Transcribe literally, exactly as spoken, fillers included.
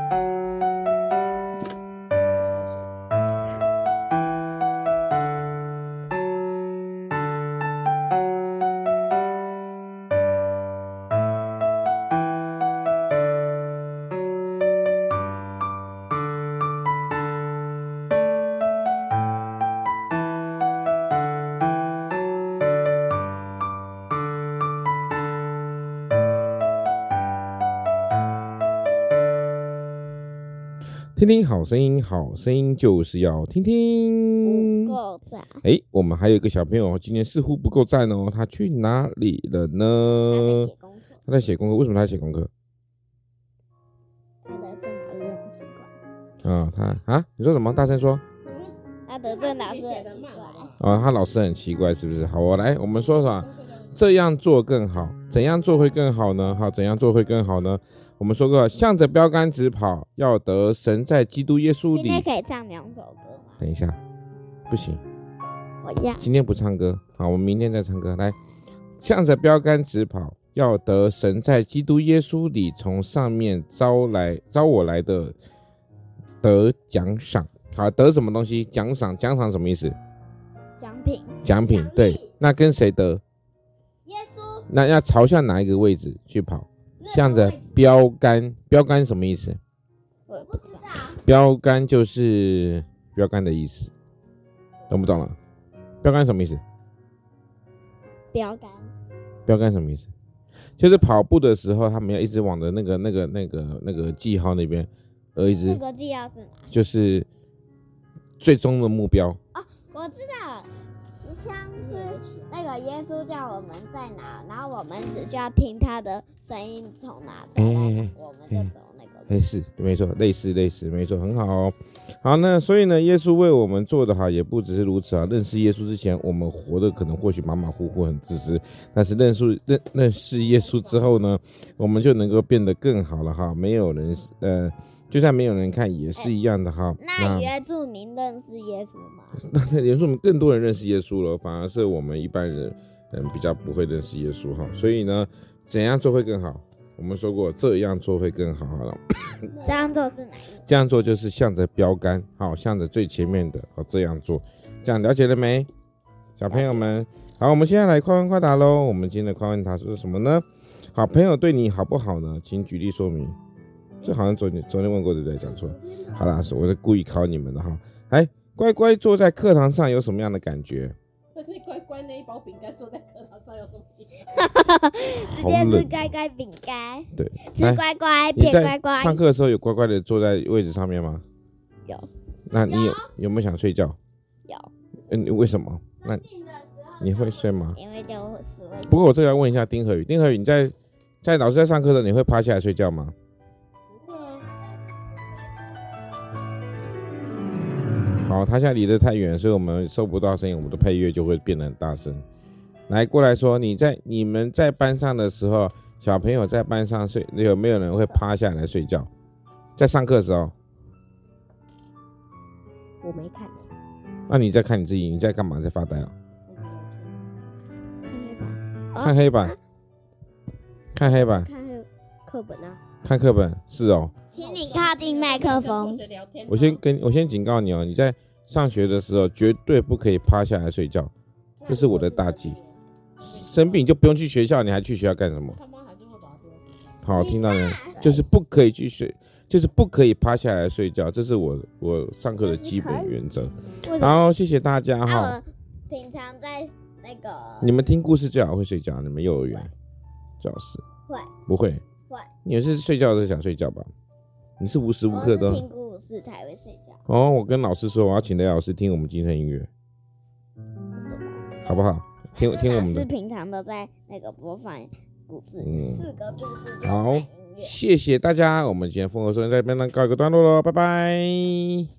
听听好声音，好声音就是要听听。 不够赞。 哎，我们还有一个小朋友今天似乎不够赞哦，他去哪里了呢？他在写功课。为什么他在写功课？ 他的正老师很奇怪。 啊、哦，他啊，你说什么？大声说。 他的正老师很奇怪。 哦，他老师很奇怪，是不是？好，我来，我们说说，这样做更好，怎样做会更好呢？好，怎样做会更好呢？我们说过，向着标杆直跑，要得神在基督耶稣里。 今天可以唱两首歌吗？ 等一下，不行， 我要。 今天不唱歌，好，我们明天再唱歌。来，向着标杆直跑，要得神在基督耶稣里从上面招来招我来的得奖赏。好，得什么东西？奖赏，奖赏什么意思？ 奖品。 奖品，对。那跟谁得？ 耶稣。 那要朝向哪一个位置去跑？向着标杆，标杆什么意思？ 我也不知道。 标杆就是标杆的意思，懂不懂了？标杆什么意思？ 标杆。 标杆什么意思？就是跑步的时候，他们要一直往的那个、那个、那个、那个记号那边，而一直。 那个记号是哪？ 就是最终的目标。 哦，我知道，像是那个耶稣叫我们在哪，然后我们只需要听他的声音从哪出来，欸、我们就走那个路。 类似，没错，类似类似，没错，很好哦。好，那所以呢，耶稣为我们做的好，也不只是如此啊。认识耶稣之前，我们活的可能或许马马虎虎，很自私，但是认识认认识耶稣之后呢，我们就能够变得更好了哈。没有人呃。就算没有人看也是一样的哈、欸。 那原住民认识耶稣吗？ 那原住民更多人认识耶稣了，反而是我们一般人嗯比较不会认识耶稣哈。所以呢，怎样做会更好？我们说过这样做会更好了。 这样做是哪一个？ 这样做就是向着标杆，好，向着最前面的，好这样做。这样了解了没，小朋友们？好，我们现在来快问快答喽。我们今天的快问答是什么呢？好朋友对你好不好呢？请举例说明。这好像昨天昨天问过对不对？讲错。好啦，我是故意考你们的哈。哎，乖乖坐在课堂上有什么样的感觉？ 那乖乖那一包饼干坐在课堂上有什么意义？ 直接吃乖乖饼干。 对， 吃乖乖变乖乖。 上课的时候有乖乖的坐在位置上面吗？ 有。 那你有有没有想睡觉？ 有。 嗯，为什么？那你会睡吗？ 因为就是会。 不过我这个要问一下丁和宇，丁和宇，你在在老师在上课的，你会趴下来睡觉吗？好，他现在离得太远，所以我们收不到声音，我们的配乐就会变得很大声。来，过来说，你在你们在班上的时候，小朋友在班上睡，有没有人会趴下来睡觉？在上课的时候， 我没看。 那你在看你自己，你在干嘛？在发呆啊？ 看黑板。 看黑板。看黑板。 看课本啊。 看课本是哦。 请你靠近麦克风。 我先跟我先警告你哦，你在上学的时候绝对不可以趴下来睡觉，这是我的大忌。生病就不用去学校，你还去学校干什么？好，听到没？就是不可以去睡，就是不可以趴下来睡觉，这是我我上课的基本原则。好，谢谢大家哈。 我平常在那个你们听故事最好会睡觉，你们幼儿园最好是会不会？ 会。 你是睡觉的时候想睡觉吧？你是无时无刻都听故事才会睡觉。 哦，我跟老师说，我要请雷老师听我们精神音乐，好不好？听听我们的。 老师平常都在那个播放故事，嗯、四个故事就好，谢谢大家，我们今天风和收音在这边告一个段落喽，拜拜。